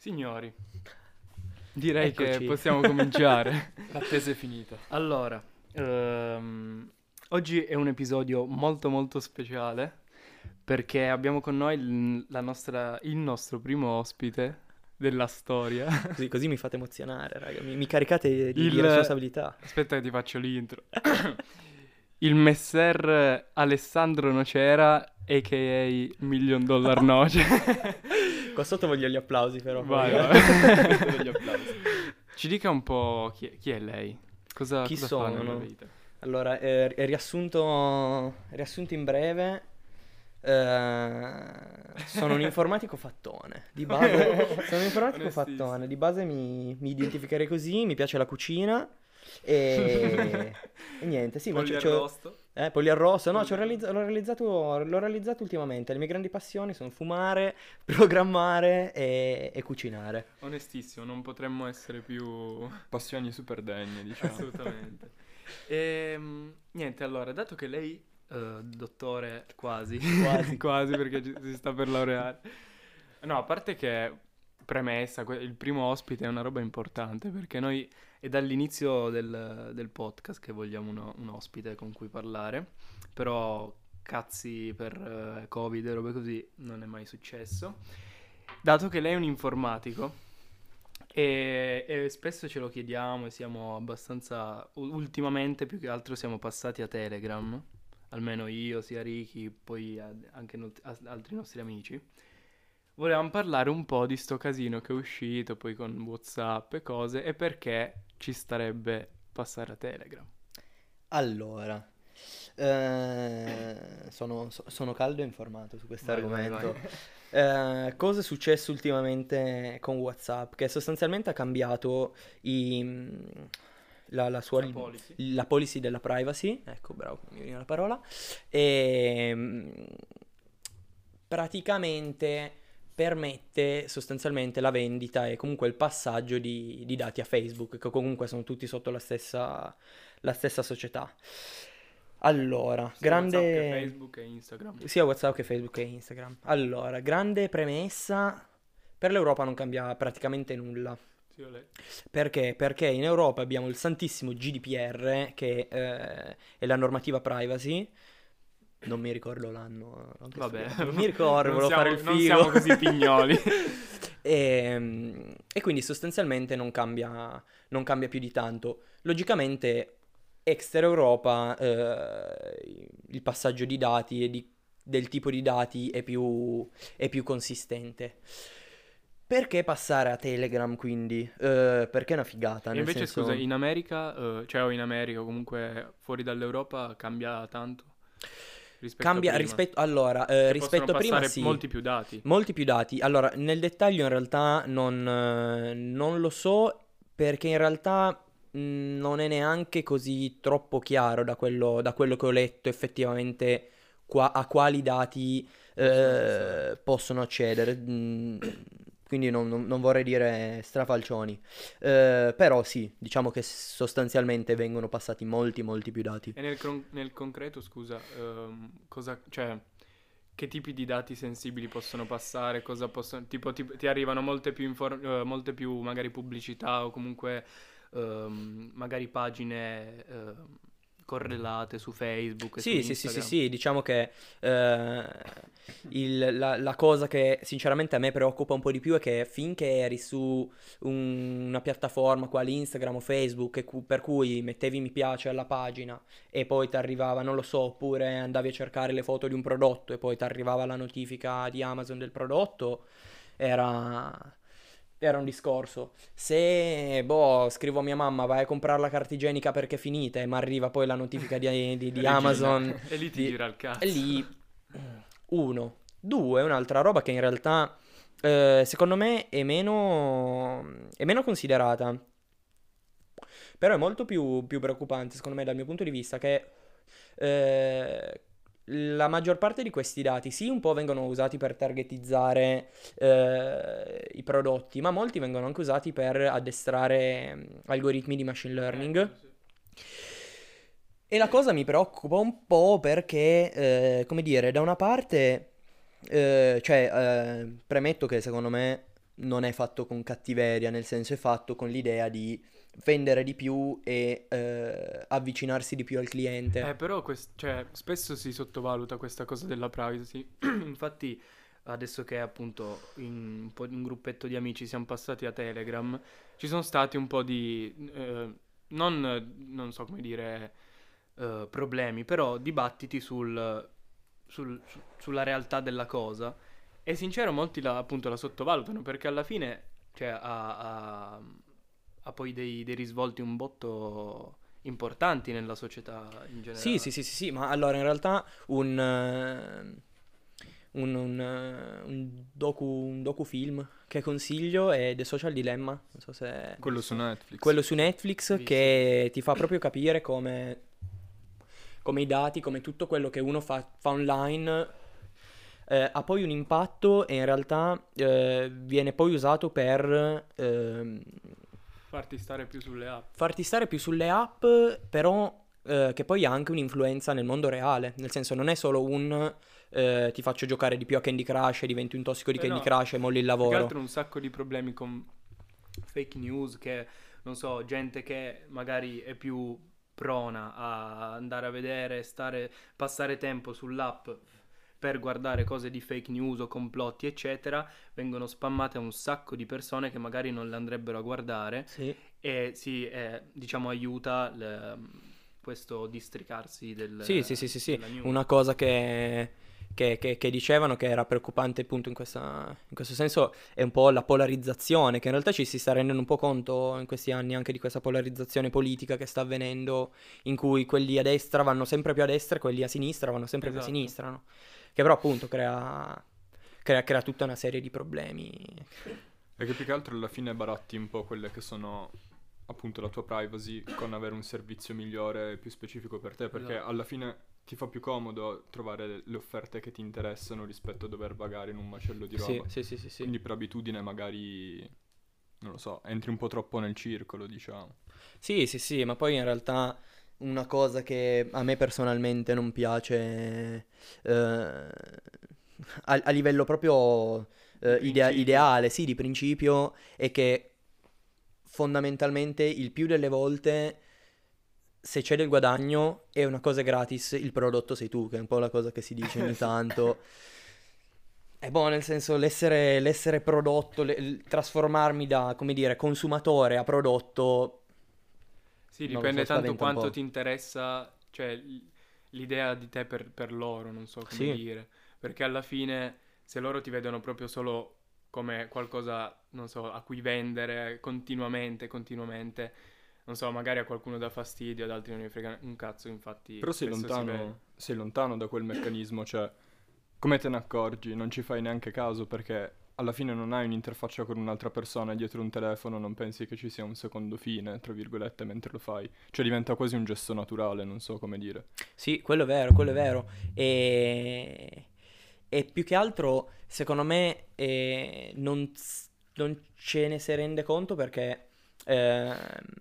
Signori, direi Eccoci. che possiamo cominciare. L'attesa è finita. Allora, oggi è un episodio molto molto speciale perché abbiamo con noi il nostro primo ospite della storia. Così mi fate emozionare, raga. Mi caricate di Il... responsabilità. Aspetta che ti faccio l'intro. Il messer Alessandro Nocera, a.k.a. Million Dollar Noce. Qua sotto voglio gli applausi, però. Vai, poi. vai. Voglio gli applausi. Ci dica un po' chi è lei? Chi Cosa fa nella sono? vita? Allora, riassunto in breve. Sono un informatico fattone. Di base, sono un informatico Onestissimo. fattone. Di base mi identificherei così. Mi piace la cucina. E, e niente, sì, ma Polli c'ho, arrosto? poliarrosto, no, Polli l'ho realizzato ultimamente. Le mie grandi passioni sono fumare, programmare e cucinare. Onestissimo, non potremmo essere più passioni super degne, diciamo. Assolutamente. Niente, allora, dato che lei, dottore, quasi, Quasi. quasi perché si sta per laureare. No, a parte che, premessa, il primo ospite è una roba importante perché noi è dall'inizio del podcast che vogliamo un ospite con cui parlare, però cazzi per Covid e robe così non è mai successo. Dato che lei è un informatico e spesso ce lo chiediamo e siamo abbastanza, ultimamente più che altro siamo passati a Telegram, almeno io, sia Ricky, poi anche altri nostri amici. Volevamo parlare un po' di sto casino che è uscito poi con WhatsApp e cose e perché ci starebbe passare a Telegram. Allora, sono caldo e informato su questo Vai, vai, argomento. vai. Cosa è successo ultimamente con WhatsApp? Che sostanzialmente ha cambiato la sua La policy. la policy della privacy. Ecco, bravo, mi viene la parola. E praticamente permette sostanzialmente la vendita e comunque il passaggio di dati a Facebook, che comunque sono tutti sotto la stessa società. Allora, Sia WhatsApp che grande... Facebook e Instagram. Sia WhatsApp che Facebook e Instagram. Allora, grande premessa, per l'Europa non cambia praticamente nulla. Sì, ho letto. Perché? Perché in Europa abbiamo il santissimo GDPR, che è la normativa privacy. Non mi ricordo l'anno. Anche Vabbè, non mi ricordo, non volevo siamo, fare il non figo. siamo così pignoli. E quindi sostanzialmente non cambia più di tanto. Logicamente, extra Europa, il passaggio di dati del tipo di dati è più consistente. Perché passare a Telegram quindi? Perché è una figata, E nel invece, senso... scusa, in America, cioè o in America o comunque fuori dall'Europa cambia tanto rispetto a Cambia prima? allora, Cioè possono rispetto a prima passare sì. molti più dati. Molti più dati. Allora, nel dettaglio in realtà non lo so perché in realtà non è neanche così troppo chiaro da quello che ho letto effettivamente a quali dati possono accedere. Quindi non vorrei dire strafalcioni. Però sì, diciamo che sostanzialmente vengono passati molti più dati. E nel concreto, scusa, cioè, che tipi di dati sensibili possono passare? Cosa possono, tipo, ti arrivano molte più magari pubblicità o comunque magari pagine correlate su Facebook e su Instagram? Sì, diciamo che la cosa che sinceramente a me preoccupa un po' di più è che finché eri su una piattaforma quale Instagram o Facebook per cui mettevi mi piace alla pagina e poi ti arrivava, non lo so, oppure andavi a cercare le foto di un prodotto e poi ti arrivava la notifica di Amazon del prodotto, era... Era un discorso. Se, boh, scrivo a mia mamma, vai a comprare la carta igienica perché è finita e mi arriva poi la notifica di Regina. Amazon. E lì ti gira il cazzo. E lì, uno. Due, un'altra roba che in realtà, secondo me, è meno considerata. Però è molto più preoccupante, secondo me, dal mio punto di vista, che eh, la maggior parte di questi dati, sì, un po' vengono usati per targetizzare i prodotti, ma molti vengono anche usati per addestrare algoritmi di machine learning. Sì. E la cosa mi preoccupa un po' perché, come dire, da una parte, premetto che secondo me non è fatto con cattiveria, nel senso è fatto con l'idea di vendere di più e avvicinarsi di più al cliente. Però cioè, spesso si sottovaluta questa cosa della privacy. Infatti, adesso che appunto un po' un gruppetto di amici siamo passati a Telegram, ci sono stati un po' di, non so come dire, problemi, però dibattiti sulla realtà della cosa. E sincero, molti appunto la sottovalutano perché alla fine, cioè, ha poi dei risvolti un botto importanti nella società in Sì, sì, generale. sì, sì, sì, ma allora in realtà un docufilm che consiglio è The Social Dilemma, non so se... Quello su Visto? Netflix. Quello su Netflix Visto, che visto. ti fa proprio capire come i dati, come tutto quello che uno fa online ha poi un impatto e in realtà viene poi usato per Farti stare più sulle app. farti stare più sulle app, però che poi ha anche un'influenza nel mondo reale, nel senso non è solo ti faccio giocare di più a Candy Crush e diventi un tossico di Beh Candy no, Crush e molli il più che lavoro. altro un sacco di problemi con fake news che, non so, gente che magari è più prona a andare a vedere, passare tempo sull'app per guardare cose di fake news o complotti, eccetera, vengono spammate a un sacco di persone che magari non le andrebbero a guardare Sì. e diciamo, aiuta questo districarsi Sì, sì, sì, sì, sì. della news. Una cosa che dicevano che era preoccupante appunto in questo senso è un po' la polarizzazione, che in realtà ci si sta rendendo un po' conto in questi anni anche di questa polarizzazione politica che sta avvenendo, in cui quelli a destra vanno sempre più a destra e quelli a sinistra vanno sempre più a Esatto. sinistra, no? Che però appunto crea tutta una serie di problemi. E che più che altro alla fine baratti un po' quelle che sono appunto la tua privacy con avere un servizio migliore e più specifico per te, perché Esatto. alla fine ti fa più comodo trovare le offerte che ti interessano rispetto a dover vagare in un macello di Sì, roba. sì, sì, sì, sì. Quindi per abitudine magari, non lo so, entri un po' troppo nel circolo, diciamo. Sì, sì, sì, ma poi in realtà una cosa che a me personalmente non piace a livello proprio Di principio. ideale, sì, di principio, è che fondamentalmente il più delle volte se c'è del guadagno e una cosa è gratis, il prodotto sei tu, che è un po' la cosa che si dice ogni Sì. tanto. È boh, nel senso, l'essere prodotto, trasformarmi da, come dire, consumatore a prodotto, Sì, non lo dipende so, tanto spaventa un quanto po'. ti interessa, cioè l'idea di te per loro, non so come Sì, dire, perché alla fine se loro ti vedono proprio solo come qualcosa, non so, a cui vendere continuamente, non so, magari a qualcuno dà fastidio, ad altri non ne frega un cazzo, infatti Però spesso si vede. sei lontano da quel meccanismo, cioè come te ne accorgi? Non ci fai neanche caso perché alla fine non hai un'interfaccia con un'altra persona dietro un telefono, non pensi che ci sia un secondo fine, tra virgolette, mentre lo fai. Cioè diventa quasi un gesto naturale, non so come dire. sì, quello è vero, quello è vero. E più che altro, secondo me, non ce ne si rende conto perché ehm,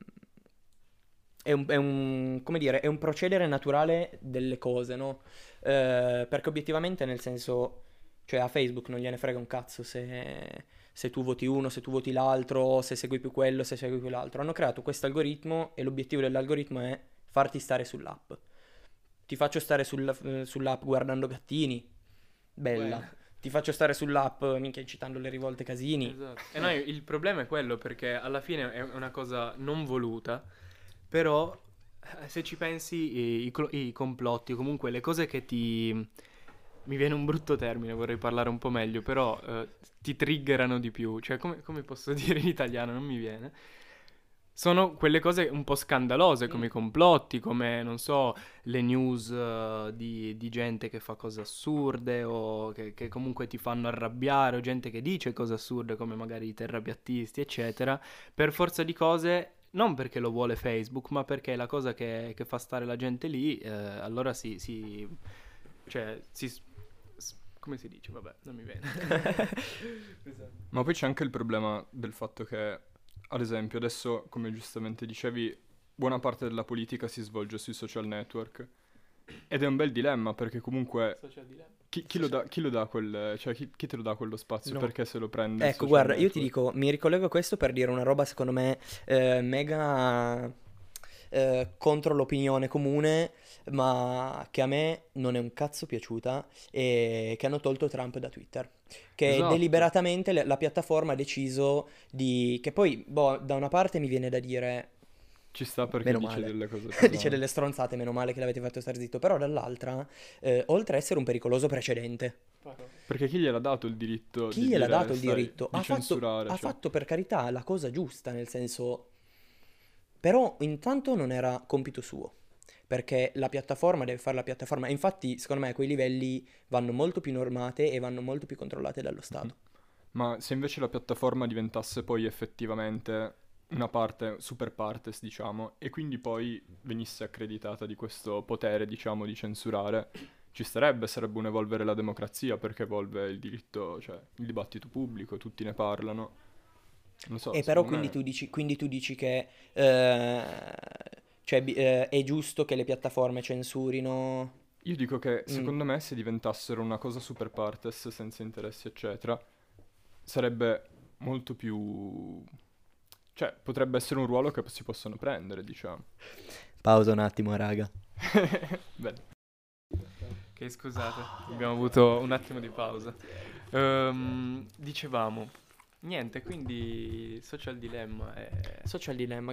come dire, è un procedere naturale delle cose, no? Perché obiettivamente, nel senso, cioè a Facebook non gliene frega un cazzo se tu voti uno, se tu voti l'altro, se segui più quello, se segui quell'altro. Hanno creato questo algoritmo e l'obiettivo dell'algoritmo è farti stare sull'app. Ti faccio stare sull'app guardando gattini, bella. Bueno. Ti faccio stare sull'app, minchia, incitando le rivolte casini. Esatto. E no, il problema è quello perché alla fine è una cosa non voluta, però se ci pensi i complotti o comunque le cose che ti... Mi viene un brutto termine, vorrei parlare un po' meglio, però ti triggerano di più, cioè come posso dire in italiano, non mi viene. Sono quelle cose un po' scandalose come i complotti, come, non so, le news di gente che fa cose assurde o che comunque ti fanno arrabbiare o gente che dice cose assurde come magari i terrapiattisti, eccetera, per forza di cose, non perché lo vuole Facebook, ma perché è la cosa che fa stare la gente lì, allora cioè, come si dice? Vabbè, non mi viene. Esatto. Ma poi c'è anche il problema del fatto che, ad esempio, adesso, come giustamente dicevi, buona parte della politica si svolge sui social network. Ed è un bel dilemma perché comunque Social dilemma. Chi lo dà quel... Cioè, chi te lo dà quello spazio? No. Perché se lo prende il Ecco, social guarda, io ti network? dico, mi ricollego a questo per dire una roba secondo me mega contro l'opinione comune, ma che a me non è un cazzo piaciuta, e che hanno tolto Trump da Twitter. Che Esatto. deliberatamente la piattaforma ha deciso di... Che poi, boh, da una parte mi viene da dire... Ci sta perché Meno dice male. delle cose Dice pesanti. delle stronzate, meno male che l'avete fatto stare zitto. Però dall'altra, oltre a essere un pericoloso precedente, Perché chi gliel'ha dato il diritto chi di gliel'ha dire, dato il sai, diritto? di censurare, Ha cioè. fatto per carità la cosa giusta, nel senso... Però intanto non era compito suo, perché la piattaforma deve fare la piattaforma. E infatti, secondo me, a quei livelli vanno molto più normate e vanno molto più controllate dallo Stato. Ma se invece la piattaforma diventasse poi effettivamente una parte, super partes, diciamo, e quindi poi venisse accreditata di questo potere, diciamo, di censurare, ci starebbe, sarebbe un evolvere la democrazia, perché evolve il diritto, cioè il dibattito pubblico, tutti ne parlano. Non lo so, E però secondo me... quindi tu dici che cioè, è giusto che le piattaforme censurino... Io dico che Mm. secondo me se diventassero una cosa super partes, senza interessi, eccetera, sarebbe molto più... Cioè, potrebbe essere un ruolo che si possono prendere, diciamo. Pausa un attimo, raga. Bene. Ok, scusate, abbiamo avuto un attimo di pausa. Dicevamo, niente, quindi Social Dilemma è... Social Dilemma,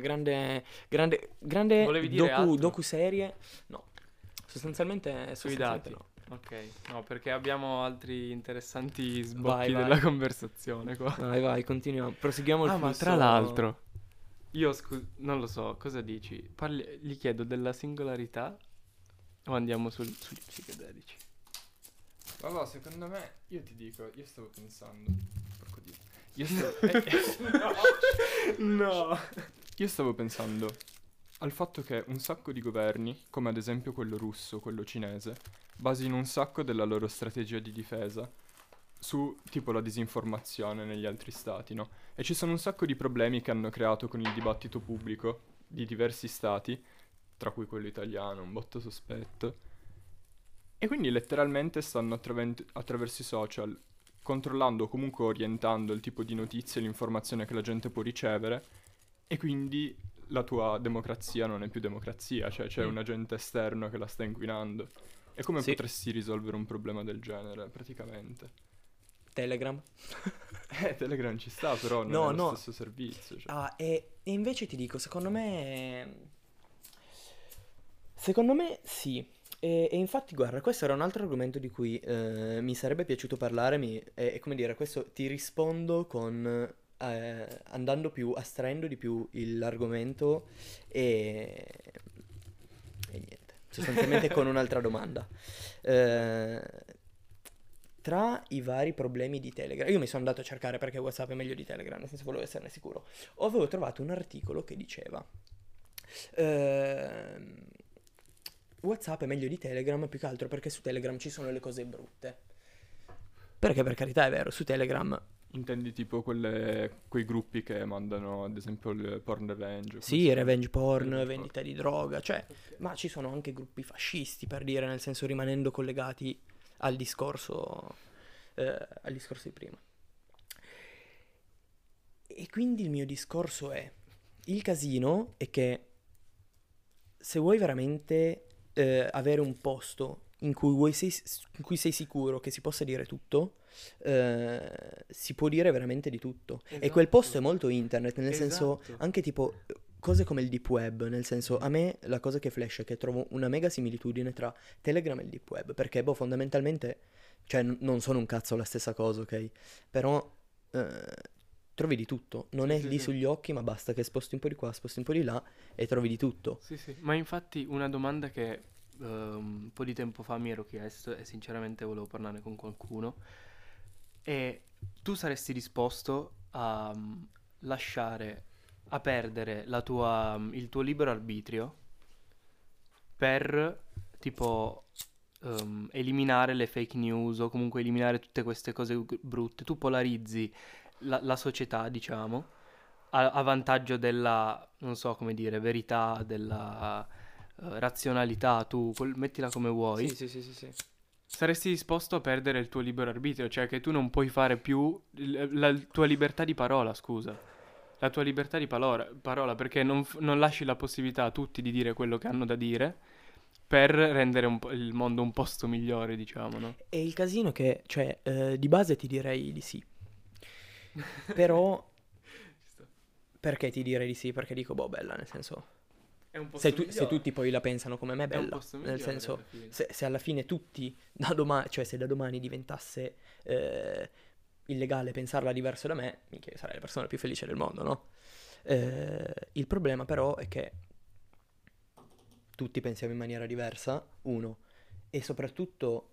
grande Volevi dire altro? docu-serie. No, Sui sostanzialmente dati. no. Ok, no, perché abbiamo altri interessanti Vai, sbocchi vai. della conversazione qua. Vai, continuiamo. Proseguiamo il Ah, ma flusso. tra l'altro, io non lo so, cosa dici? Gli chiedo della singolarità o andiamo sugli psichedelici? Ma secondo me, io ti dico, io stavo pensando... Porco Dio. Io stavo... No! Io stavo pensando al fatto che un sacco di governi, come ad esempio quello russo, quello cinese, basino un sacco della loro strategia di difesa su tipo la disinformazione negli altri stati, no? E ci sono un sacco di problemi che hanno creato con il dibattito pubblico di diversi stati, tra cui quello italiano, un botto sospetto. E quindi letteralmente stanno attraverso i social controllando o comunque orientando il tipo di notizie e l'informazione che la gente può ricevere, e quindi la tua democrazia non è più democrazia, cioè c'è un agente esterno che la sta inquinando. E come Sì. potresti risolvere un problema del genere, praticamente? Telegram. Telegram ci sta, però non No, è lo no. stesso servizio. Cioè. Ah, e invece ti dico, secondo me sì. E infatti, guarda, questo era un altro argomento di cui mi sarebbe piaciuto parlare. E come dire, questo ti rispondo con andando più, astraendo di più l'argomento e niente. Sostanzialmente con un'altra domanda. Eh, Tra i vari problemi di Telegram, io mi sono andato a cercare perché WhatsApp è meglio di Telegram, nel senso volevo esserne sicuro. Avevo trovato un articolo che diceva ehm, WhatsApp è meglio di Telegram più che altro perché su Telegram ci sono le cose brutte. Perché per carità è vero, su Telegram Intendi tipo quei gruppi che mandano ad esempio il porn revenge? Come si sì, chiama? revenge porn, Revenge vendita di droga, cioè, ma ci sono anche gruppi fascisti per dire, nel senso rimanendo collegati al discorso di prima. E quindi il mio discorso è, il casino è che se vuoi veramente avere un posto in cui in cui sei sicuro che si possa dire tutto, si può dire veramente di tutto. E quel posto è molto internet, nel senso, Esatto. anche tipo cose come il deep web, nel senso, a me la cosa che flash è che trovo una mega similitudine tra Telegram e il deep web, perché boh, fondamentalmente, cioè non sono un cazzo la stessa cosa, ok? Però trovi di tutto, non Sì, è sì, lì sì. sugli occhi, ma basta che sposti un po' di qua, sposti un po' di là e trovi di tutto. Sì, sì, ma infatti una domanda che un po' di tempo fa mi ero chiesto e sinceramente volevo parlarne con qualcuno è tu saresti disposto a lasciare, a perdere il tuo libero arbitrio per tipo eliminare le fake news o comunque eliminare tutte queste cose brutte. Tu polarizzi la società, diciamo, a vantaggio della, non so come dire, verità, della razionalità, tu mettila come vuoi. Sì, sì, sì, sì, sì. saresti disposto a perdere il tuo libero arbitrio, cioè che tu non puoi fare più la tua libertà di parola, scusa. La tua libertà di parola, perché non lasci la possibilità a tutti di dire quello che hanno da dire per rendere il mondo un posto migliore, diciamo, no? E il casino che, cioè, di base ti direi di sì. Però, Ci sta. perché ti direi di sì? Perché dico, boh, bella, nel senso... È un posto Se migliore. tutti poi la pensano come me, È un bella. posto Nel migliore, senso, alla fine. se alla fine tutti, da domani, cioè se da domani diventasse illegale pensarla diverso da me, minchia, sarei la persona più felice del mondo, no? Il problema però è che tutti pensiamo in maniera diversa, uno, e soprattutto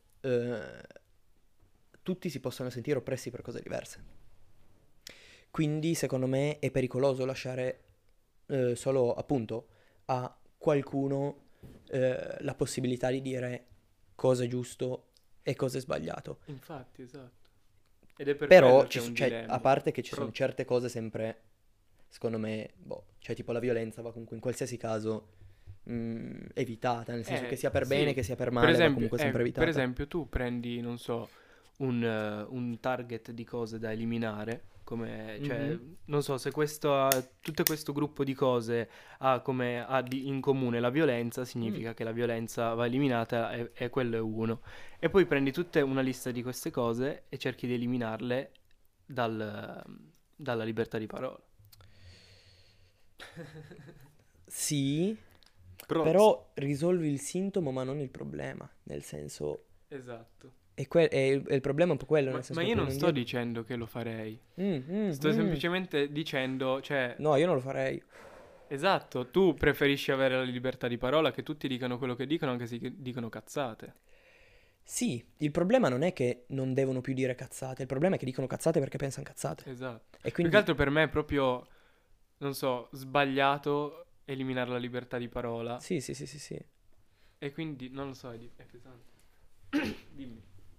tutti si possono sentire oppressi per cose diverse. Quindi secondo me è pericoloso lasciare solo appunto a qualcuno la possibilità di dire cosa è giusto e cosa è sbagliato. Infatti, esatto. Ed è per Però, quello che è un cioè, dilemma. a parte che ci Però- sono certe cose sempre, secondo me, boh, cioè tipo la violenza va comunque in qualsiasi caso evitata, nel senso che sia per sì. bene che sia per Per male, va esempio, comunque sempre evitata. per esempio, tu prendi, non so, un target di cose da eliminare, come, cioè, Mhm. non so, se tutto questo gruppo di cose in comune la violenza, significa che la violenza va eliminata e quello è uno. E poi prendi tutta una lista di queste cose e cerchi di eliminarle dalla libertà di parola. Sì, Però, però risolvi il sintomo ma non il problema, nel senso... Esatto. è il problema è un po' quello, nel Ma senso che io poi non non sto dire... dicendo che lo farei. Mm, mm, Sto mm. semplicemente dicendo, cioè, No, io non lo farei. esatto, tu preferisci avere la libertà di parola, che tutti dicano quello che dicono, anche se dicono cazzate. Sì, il problema non è che non devono più dire cazzate, il problema è che dicono cazzate perché pensano cazzate. Esatto. E Più che quindi, altro per me è proprio, non so, sbagliato eliminare la libertà di parola. sì, sì, sì, sì, sì. E quindi, non lo so, è pesante. Dimmi.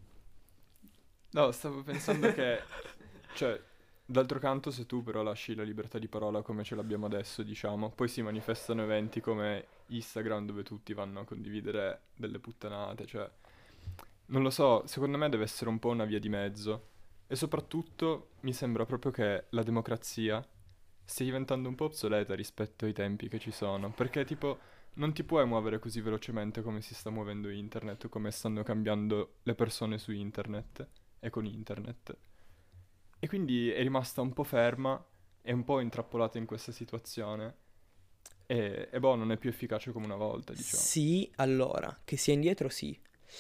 no, stavo pensando che, cioè, d'altro canto, se tu però lasci la libertà di parola come ce l'abbiamo adesso, diciamo, poi si manifestano eventi come Instagram dove tutti vanno a condividere delle puttanate, cioè, non lo so, secondo me deve essere un po' una via di mezzo. E soprattutto mi sembra proprio che la democrazia stia diventando un po' obsoleta rispetto ai tempi che ci sono, perché tipo non ti puoi muovere così velocemente come si sta muovendo internet o come stanno cambiando le persone su internet e con internet. E quindi è rimasta un po' ferma e un po' intrappolata in questa situazione e boh, non è più efficace come una volta, diciamo. Sì, allora, che sia indietro sì,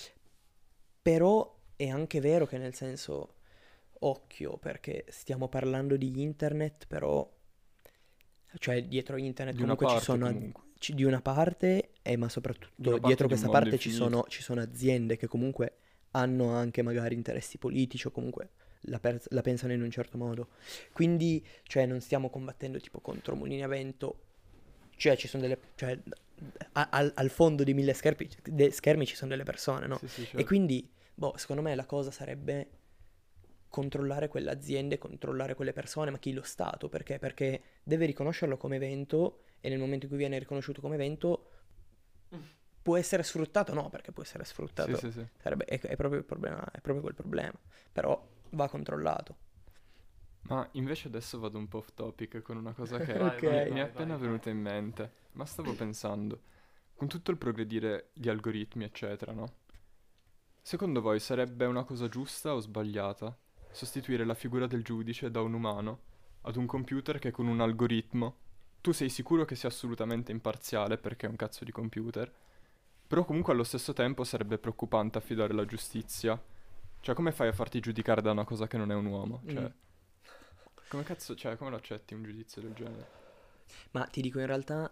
però è anche vero che nel senso, occhio, perché stiamo parlando di internet, però, cioè dietro internet Di una comunque ci parte sono comunque. di una parte, ma Di una soprattutto parte dietro di un questa mondo parte infinito. ci sono aziende che comunque hanno anche magari interessi politici o comunque la pensano in un certo modo. Quindi, cioè, non stiamo combattendo tipo contro mulini a vento, cioè ci sono cioè, al fondo di mille schermi ci sono delle persone, no? Sì, sì, E certo. quindi, boh, secondo me la cosa sarebbe controllare quelle aziende, controllare quelle persone, ma chi lo Stato? Perché? Perché deve riconoscerlo come evento e nel momento in cui viene riconosciuto come evento può essere sfruttato? No, perché può essere Sì, sfruttato. sì, sì. È proprio il problema, è proprio quel problema. Però va controllato. Ma invece adesso vado un po' off topic con una cosa che Ok. mi è appena venuta in mente. Ma stavo pensando, con tutto il progredire di algoritmi, eccetera, no? Secondo voi sarebbe una cosa giusta o sbagliata sostituire la figura del giudice da un umano ad un computer che con un algoritmo tu sei sicuro che sia assolutamente imparziale perché è un cazzo di computer, però comunque allo stesso tempo sarebbe preoccupante affidare la giustizia. Cioè, come fai a farti giudicare da una cosa che non è un uomo? Cioè, Mm. come cazzo, cioè, come lo accetti un giudizio del genere? Ma ti dico in realtà,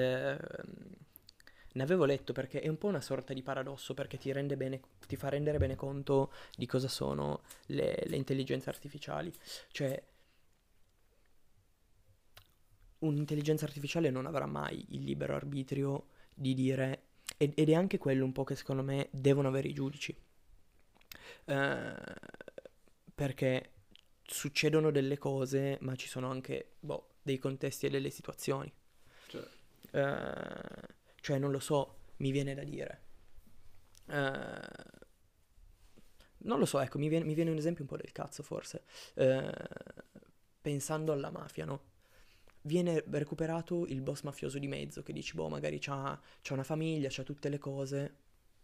ne avevo letto perché è un po' una sorta di paradosso perché ti fa rendere bene conto di cosa sono le intelligenze artificiali. Cioè, un'intelligenza artificiale non avrà mai il libero arbitrio di dire, ed è anche quello un po' che secondo me devono avere i giudici. Eh, perché succedono delle cose, ma ci sono anche, boh, dei contesti e delle situazioni. Cioè, Cioè, non lo so, mi viene da dire. Eh, non lo so, ecco, mi viene un esempio un po' del cazzo forse. Pensando alla mafia, no? Viene recuperato il boss mafioso di mezzo, che dici, boh, magari c'ha una famiglia, c'ha tutte le cose.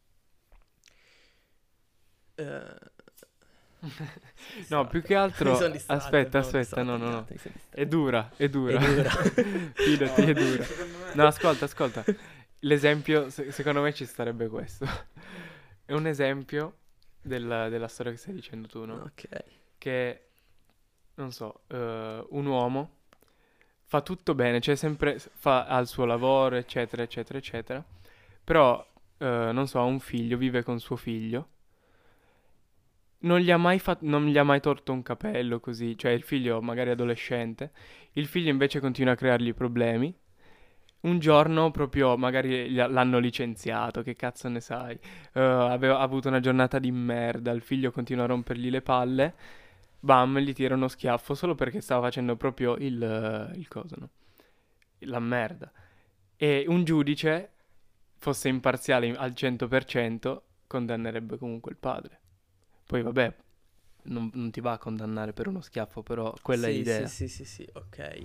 No, più che altro... Mi sono distratto, Aspetta, no. mi sono distratto. È dura. È dura. Fidati, è dura. No, ascolta. L'esempio, secondo me ci starebbe questo. È un esempio della storia che stai dicendo tu, no? Ok. Che, non so, un uomo fa tutto bene, cioè sempre ha il suo lavoro, eccetera, eccetera, eccetera. Però, non so, ha un figlio, vive con suo figlio. Non gli ha mai torto un capello così, cioè il figlio magari adolescente. Il figlio invece continua a creargli problemi. Un giorno proprio magari l'hanno licenziato, che cazzo ne sai? Ha avuto una giornata di merda, il figlio continua a rompergli le palle. Bam, gli tira uno schiaffo solo perché stava facendo proprio il coso, no? La merda. E un giudice, fosse imparziale al 100%, condannerebbe comunque il padre. Poi vabbè, non ti va a condannare per uno schiaffo, però quella è l'idea. Sì, ok.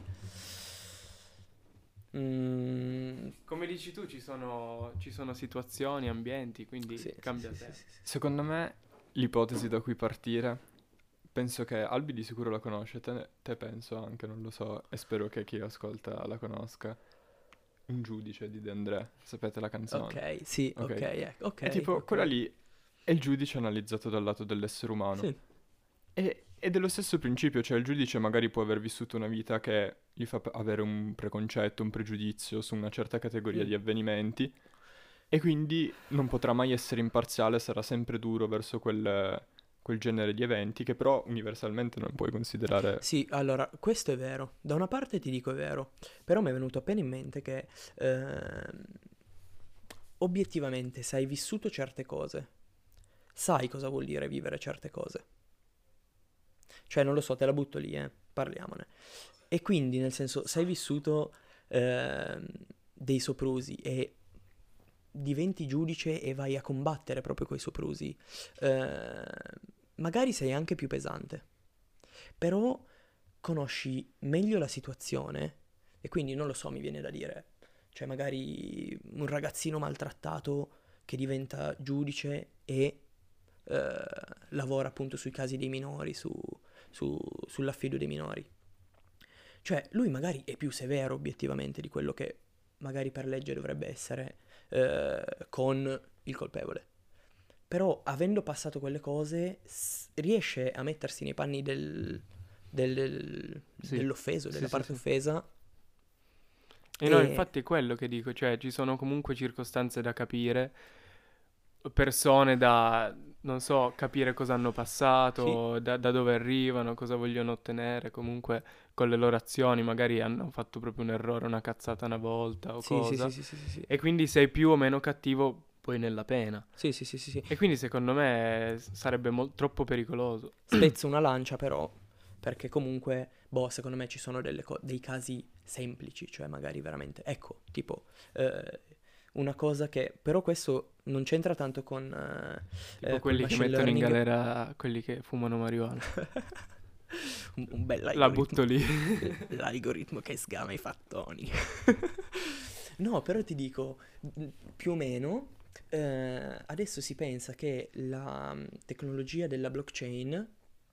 Come dici tu, ci sono situazioni, ambienti, quindi cambia sì, sempre. sì. Secondo me l'ipotesi da cui partire, penso che Albi di sicuro la conosce, te penso anche, non lo so, e spero che chi ascolta la conosca. Un giudice di De André, sapete la canzone? Ok, sì, ok. E tipo, ok. quella lì è il giudice analizzato dal lato dell'essere umano. Sì. Ed è lo stesso principio, cioè il giudice magari può aver vissuto una vita che gli fa avere un preconcetto, un pregiudizio su una certa categoria di avvenimenti e quindi non potrà mai essere imparziale, sarà sempre duro verso quel genere di eventi che però universalmente non puoi considerare... Sì, allora, questo è vero. Da una parte ti dico è vero, però mi è venuto appena in mente che obiettivamente se hai vissuto certe cose, sai cosa vuol dire vivere certe cose. Cioè, non lo so, te la butto lì, parliamone. E quindi, nel senso, se hai vissuto dei soprusi e diventi giudice e vai a combattere proprio quei soprusi, magari sei anche più pesante, però conosci meglio la situazione e quindi, non lo so, mi viene da dire, cioè magari un ragazzino maltrattato che diventa giudice e lavora appunto sui casi dei minori, sull'affido dei minori. Cioè, lui magari è più severo obiettivamente di quello che magari per legge dovrebbe essere con il colpevole. Però, avendo passato quelle cose, riesce a mettersi nei panni dell'offeso, della parte offesa. E no, infatti è quello che dico, cioè ci sono comunque circostanze da capire, persone da, non so, capire cosa hanno passato, da dove arrivano, cosa vogliono ottenere, comunque con le loro azioni magari hanno fatto proprio un errore, una cazzata una volta o cosa. Sì. E quindi sei più o meno cattivo poi nella pena. Sì. E quindi secondo me sarebbe troppo pericoloso. Spezzo una lancia però, perché comunque, secondo me ci sono dei casi semplici, cioè magari veramente, ecco, tipo, una cosa che, però questo non c'entra tanto con tipo quelli che mettono in galera quelli che fumano marijuana. un bel algoritmo. La butto lì. L'algoritmo che sgama i fattoni. No, però ti dico, più o meno, adesso si pensa che la tecnologia della blockchain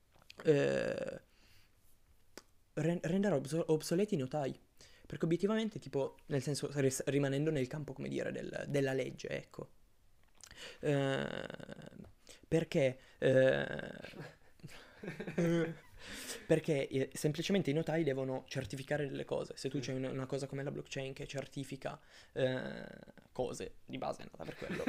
renderà obsoleti i notai. Perché obiettivamente, tipo, nel senso, rimanendo nel campo, come dire, della legge, ecco. Perché semplicemente i notai devono certificare delle cose. Se tu c'hai una cosa come la blockchain che certifica cose, di base è nata per quello.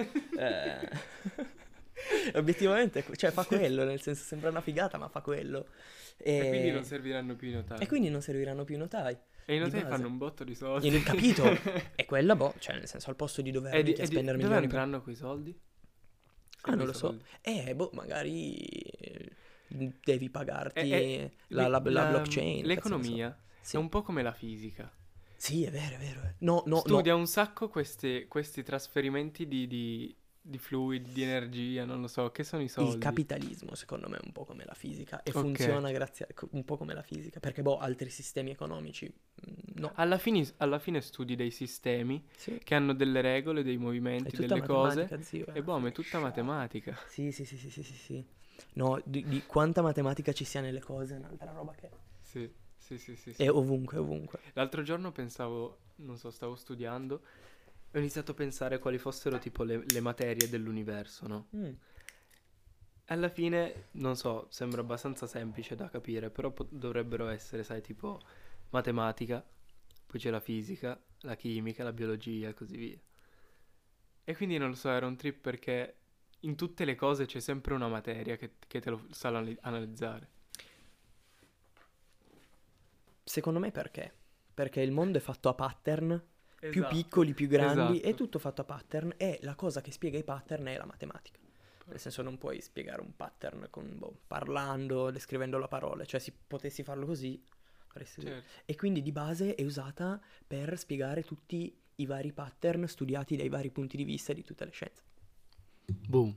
Obiettivamente, cioè fa quello, nel senso sembra una figata, ma fa quello. E quindi non serviranno più i notai. E i notai fanno un botto di soldi. Capito? E quella, cioè nel senso, al posto di dover a spendere dove milioni andranno quei soldi? non lo so. magari devi pagarti la blockchain. L'economia è un po' come la fisica. Sì, è vero. No, Studia un sacco questi trasferimenti di di fluidi, di energia, non lo so, che sono i Il soldi? capitalismo, secondo me, è un po' come la fisica e Ok. funziona grazie un po' come la fisica, perché altri sistemi economici no. Alla fine studi dei sistemi Sì, che hanno delle regole, dei è movimenti, tutta delle cose, matematica, zio. e boh, ma è tutta Flasciata. matematica. Sì, sì, sì, sì, sì, sì, sì. No, di quanta matematica ci sia nelle cose, è un'altra roba che Sì, sì, sì, sì, è sì. ovunque, ovunque. L'altro giorno pensavo, non so, stavo studiando, ho iniziato a pensare quali fossero tipo le materie dell'universo, no? Mm. Alla fine, non so, sembra abbastanza semplice da capire, però dovrebbero essere, sai, tipo matematica, poi c'è la fisica, la chimica, la biologia e così via. E quindi non lo so, era un trip perché in tutte le cose c'è sempre una materia che te lo sa analizzare. Secondo me perché? Perché il mondo è fatto a pattern, più Esatto, piccoli, più grandi, è esatto. tutto fatto a pattern e la cosa che spiega i pattern è la matematica. Nel senso non puoi spiegare un pattern con, parlando, descrivendolo a parole, cioè se potessi farlo così, faresti così. Certo. E quindi di base è usata per spiegare tutti i vari pattern studiati dai vari punti di vista di tutte le scienze. Boom.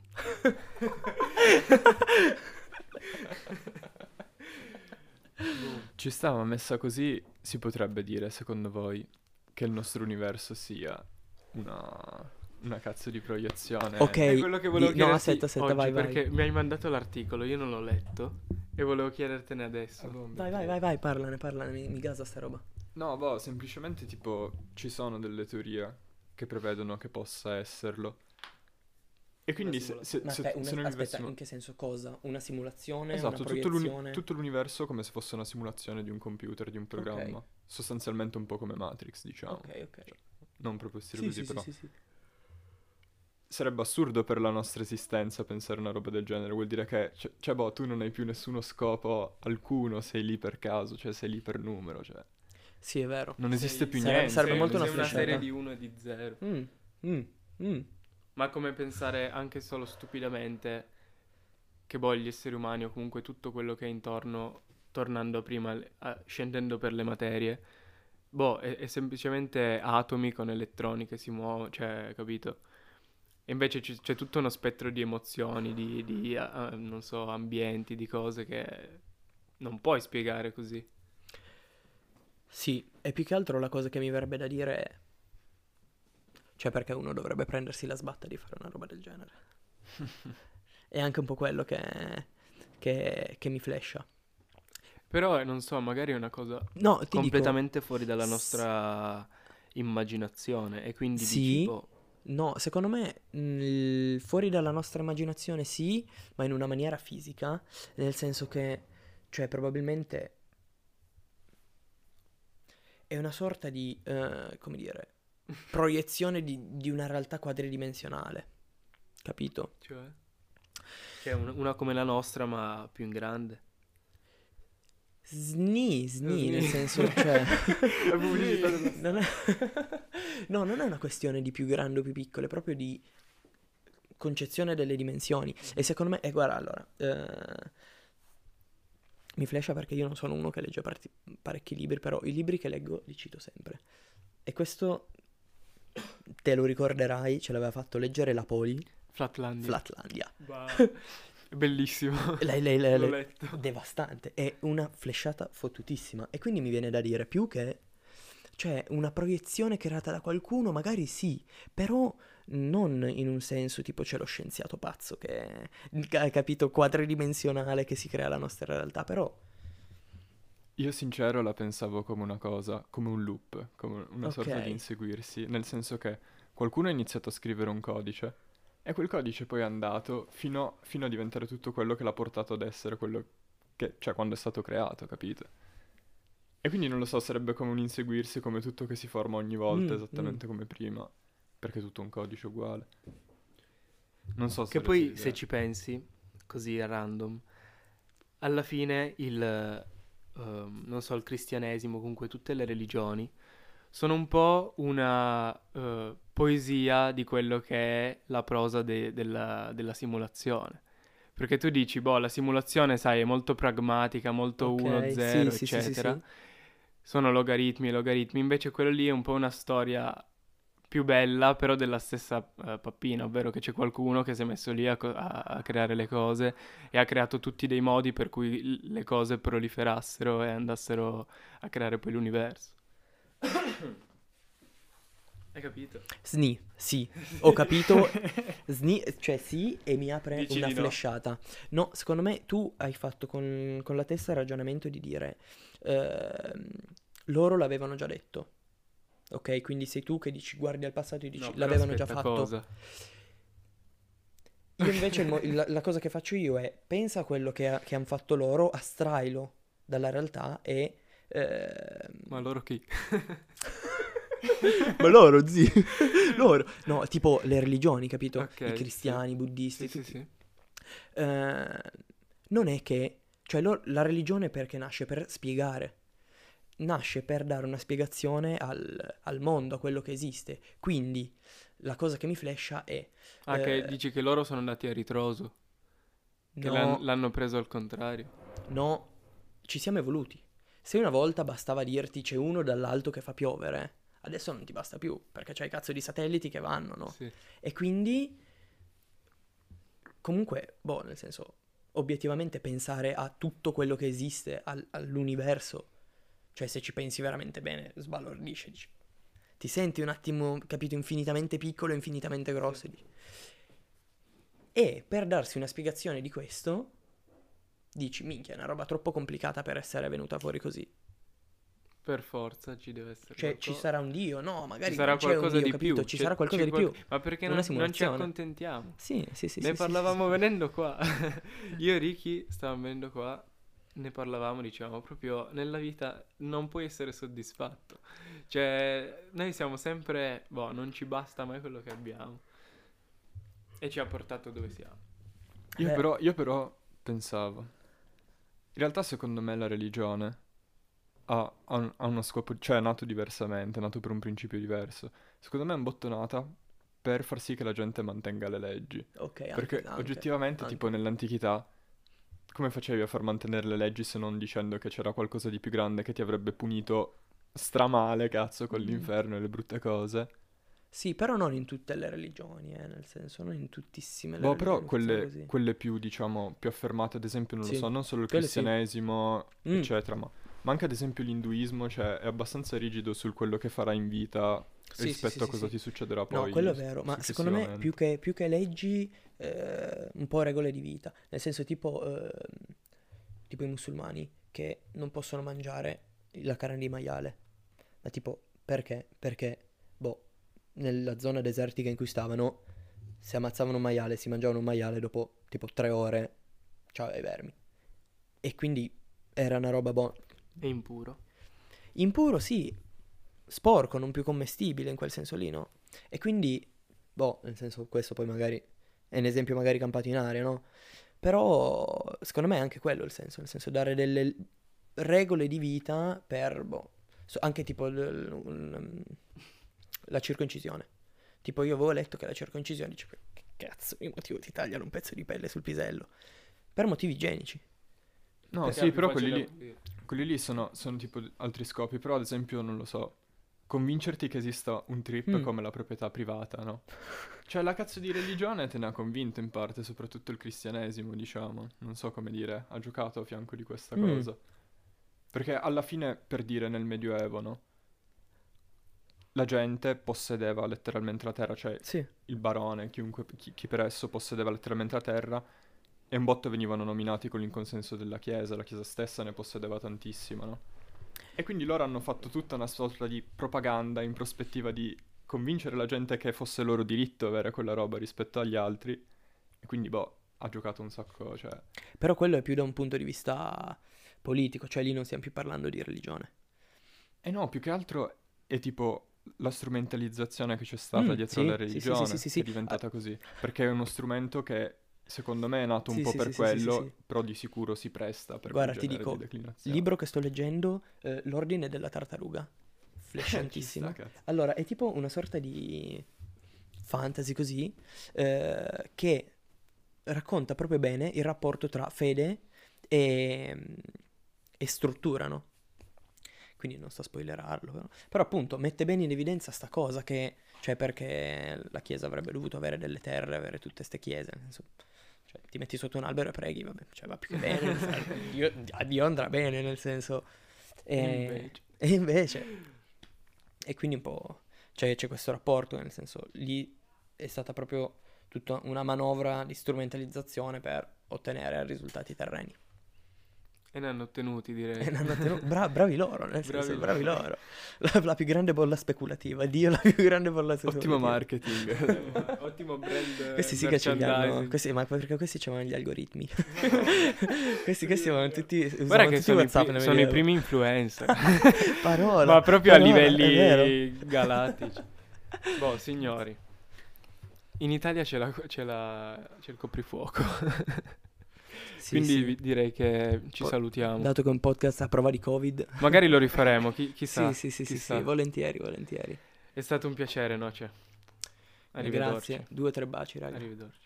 Ci sta, ma messa così si potrebbe dire, secondo voi, che il nostro universo sia una cazzo di proiezione? Ok, È quello che volevo no, chiederti aspetta, oggi, vai, vai. perché mi hai mandato l'articolo, io non l'ho letto e volevo chiedertene adesso. Vai, parlane, mi gasa sta roba. No, boh, semplicemente tipo ci sono delle teorie che prevedono che possa esserlo. E quindi se Ma noi aspetta, vivessimo... in che senso cosa? Una simulazione, Esatto, una proiezione? tutto l'universo come se fosse una simulazione di un computer, di un programma. Sostanzialmente un po' come Matrix, diciamo. Ok. Non proprio stile Sì, così, sì, però. sì, sì. Sarebbe assurdo per la nostra esistenza pensare una roba del genere. Vuol dire che, cioè, boh, tu non hai più nessuno scopo alcuno, sei lì per caso, cioè sei lì per numero, cioè. Sì, è vero. Non esiste più sarebbe- niente. sarebbe Sei- molto una sei una flasciata. serie di 1 e di 0. Mm. Ma come pensare anche solo stupidamente che boh, gli esseri umani o comunque tutto quello che è intorno, tornando prima, scendendo per le materie, boh, è semplicemente atomi con elettroni che si muovono, cioè, capito? E invece c'è tutto uno spettro di emozioni, non so, ambienti, di cose che non puoi spiegare così. Sì, e più che altro la cosa che mi verrebbe da dire è... Cioè, perché uno dovrebbe prendersi la sbatta di fare una roba del genere? È anche un po' quello che mi flasha. Però, non so, magari è una cosa No, ti completamente fuori dalla s- nostra immaginazione e quindi dici, Sì. boh, No, secondo me fuori dalla nostra immaginazione sì, ma in una maniera fisica, nel senso che, cioè, probabilmente è una sorta di, come dire, proiezione di una realtà quadridimensionale, capito? cioè una come la nostra, ma più in grande. Sni, Sni. nel senso, cioè... La pubblicità della- non è... No, non è una questione di più grande o più piccolo, è proprio di concezione delle dimensioni. E secondo me, guarda, allora, mi flasha perché io non sono uno che legge parecchi libri, però i libri che leggo li cito sempre. E questo te lo ricorderai, ce l'aveva fatto leggere la Poli, Flatlandia. È bellissimo. Lei, L'ho letto. devastante, è una flashata fottutissima. E quindi mi viene da dire, più che, cioè, una proiezione creata da qualcuno, magari sì, però non in un senso tipo c'è lo scienziato pazzo che, hai capito, quadridimensionale che si crea la nostra realtà, però... Io sincero la pensavo come una cosa, come un loop, come una sorta Ok. di inseguirsi, nel senso che qualcuno ha iniziato a scrivere un codice e quel codice poi è andato fino a diventare tutto quello che l'ha portato ad essere quello che, cioè quando è stato creato, capito? E quindi non lo so, sarebbe come un inseguirsi, come tutto che si forma ogni volta, esattamente come prima, perché è tutto un codice uguale. Non so se Che resi poi, l'idea. se ci pensi, così a random, alla fine non so, il cristianesimo, comunque tutte le religioni, sono un po' una poesia di quello che è la prosa della simulazione. Perché tu dici, boh, la simulazione, sai, è molto pragmatica, molto Ok, 1, sì, 0, sì, eccetera. sì. Sono logaritmi, invece quello lì è un po' una storia più bella, però della stessa pappina, ovvero che c'è qualcuno che si è messo lì a creare le cose e ha creato tutti dei modi per cui le cose proliferassero e andassero a creare poi l'universo. Hai capito? Sni, sì, ho capito. Sni, cioè sì, e mi apre Dici una di no? flashata. No, secondo me tu hai fatto con la testa il ragionamento di dire loro l'avevano già detto. Ok, quindi sei tu che dici, guardi al passato e dici, No, però l'avevano già aspetta, fatto. cosa? Io invece la cosa che faccio io è, pensa a quello che hanno fatto loro, astrailo dalla realtà e... Ma loro chi? Ma loro, zii, loro. No, tipo le religioni, capito? I Ok, sì. cristiani, i buddisti, Sì, sì, tutti. sì. Eh, non è che... Cioè, la religione perché nasce? Per spiegare. Nasce per dare una spiegazione al mondo, a quello che esiste. Quindi, la cosa che mi flasha è... Ah, che eh, dici che loro sono andati a ritroso, che no, l'hanno preso al contrario. no, ci siamo evoluti. Se una volta bastava dirti c'è uno dall'alto che fa piovere, adesso non ti basta più, perché c'hai cazzo di satelliti che vanno, no? Sì. E quindi, comunque, boh, nel senso, obiettivamente pensare a tutto quello che esiste, all'universo, cioè se ci pensi veramente bene, sbalordisce, dici. Ti senti un attimo, capito, infinitamente piccolo e infinitamente grosso. Sì. E per darsi una spiegazione di questo, dici, minchia, è una roba troppo complicata per essere venuta fuori così. Per forza ci deve essere Cioè, ci qualcosa. sarà un dio? No, Ci magari non sarà c'è un qualcosa dio, di capito? più. Ci sarà qualcosa di più. Ma perché Una non ci simulazione. accontentiamo? Sì, sì, sì, Ne sì, sì, parlavamo sì. venendo qua. Io e Ricky stavamo venendo qua, ne parlavamo, dicevamo proprio nella vita non puoi essere soddisfatto. Cioè, noi siamo sempre, boh, non ci basta mai quello che abbiamo. E ci ha portato dove siamo. Io però pensavo, in realtà secondo me la religione ha uno scopo, cioè è nato diversamente, è nato per un principio diverso. Secondo me è un botto nata per far sì che la gente mantenga le leggi. Ok, anche, Perché anche, oggettivamente, tipo anche. nell'antichità, come facevi a far mantenere le leggi se non dicendo che c'era qualcosa di più grande che ti avrebbe punito stramale, cazzo, con Mm. l'inferno e le brutte cose? Sì, però non in tutte le religioni, nel senso, non in tuttissime le Boh, però religioni funziona quelle, così. quelle più, diciamo, più affermate, ad esempio, non lo Sì, so, non solo il quelle sì. cristianesimo, Mm. eccetera, ma anche ad esempio l'induismo, cioè è abbastanza rigido sul quello che farai in vita Sì, sì, sì, rispetto a sì, cosa sì. ti succederà No, quello poi è vero, ma secondo me successivamente. più che leggi, un po' regole di vita. Nel senso, tipo i musulmani che non possono mangiare la carne di maiale. Ma tipo, perché? Perché, boh, nella zona desertica in cui stavano, se ammazzavano un maiale, si mangiavano un maiale dopo tipo 3 ore, ciao ai vermi. E quindi era una roba buona. È impuro. Impuro, sì, sporco, non più commestibile in quel senso lì, no? E quindi, boh, nel senso, questo poi magari è un esempio magari campato in aria, no? Però, secondo me è anche quello il senso, nel senso dare delle regole di vita per, boh, anche tipo la circoncisione. Tipo io avevo letto che la circoncisione, dice, che cazzo di motivo ti tagliano un pezzo di pelle sul pisello? Per motivi igienici. No, Perché sì, era più però facile da pulire. quelli lì sono tipo altri scopi, però ad esempio, non lo so, convincerti che esista un trip Mm. come la proprietà privata, no? Cioè la cazzo di religione te ne ha convinto in parte, soprattutto il cristianesimo, diciamo, non so come dire, ha giocato a fianco di questa Mm. cosa. Perché alla fine, per dire, nel Medioevo, no? La gente possedeva letteralmente la terra, cioè Sì. il barone, chiunque, chi per esso possedeva letteralmente la terra, e un botto venivano nominati con l'inconsenso della Chiesa, la Chiesa stessa ne possedeva tantissima, no? E quindi loro hanno fatto tutta una sorta di propaganda in prospettiva di convincere la gente che fosse loro diritto avere quella roba rispetto agli altri, e quindi, boh, ha giocato un sacco, cioè... Però quello è più da un punto di vista politico, cioè lì non stiamo più parlando di religione. E no, più che altro è tipo la strumentalizzazione che c'è stata dietro la Sì, sì, sì, sì, sì, religione, sì, che è sì. Ah, diventata così. Perché è uno strumento che secondo me è nato un sì, po' sì, per sì, sì, sì, sì, quello, sì. però di sicuro si presta per quel Guarda, ti genere di dico, declinazione. libro che sto leggendo, L'ordine della tartaruga, Ci sta, flashantissimo. cazzo. Allora, è tipo una sorta di fantasy così, che racconta proprio bene il rapporto tra fede e struttura, no? quindi non sto a spoilerarlo, però appunto mette bene in evidenza sta cosa che, cioè perché la Chiesa avrebbe dovuto avere delle terre, avere tutte ste chiese, nel senso, cioè, ti metti sotto un albero e preghi, vabbè, cioè va più che bene, a Dio andrà bene, nel senso, e invece, e quindi un po', cioè c'è questo rapporto, nel senso, lì è stata proprio tutta una manovra di strumentalizzazione per ottenere risultati terreni. E ne hanno ottenuti, direi. E ne hanno bravi loro, nel Bravi senso, loro. bravi loro. La più grande bolla speculativa, Dio, la più grande bolla speculativa. Ottimo marketing. Ottimo brand. Questi sì che ci hanno, merchandising. ma perché questi ci vanno gli algoritmi. questi vanno tutti, Guarda usano che tutti sono, WhatsApp, i, ne sono i vedevo. primi influencer. Parola, Ma proprio a parola, è vero. livelli galattici. Boh, signori. In Italia c'è il coprifuoco. Sì, Quindi sì. direi che ci Poi, salutiamo. Dato che è un podcast a prova di Covid. Magari lo rifaremo, chissà. Sì, chissà. volentieri. È stato un piacere, Noce. Arrivederci. Grazie, 2 o 3 baci, raga. Arrivederci.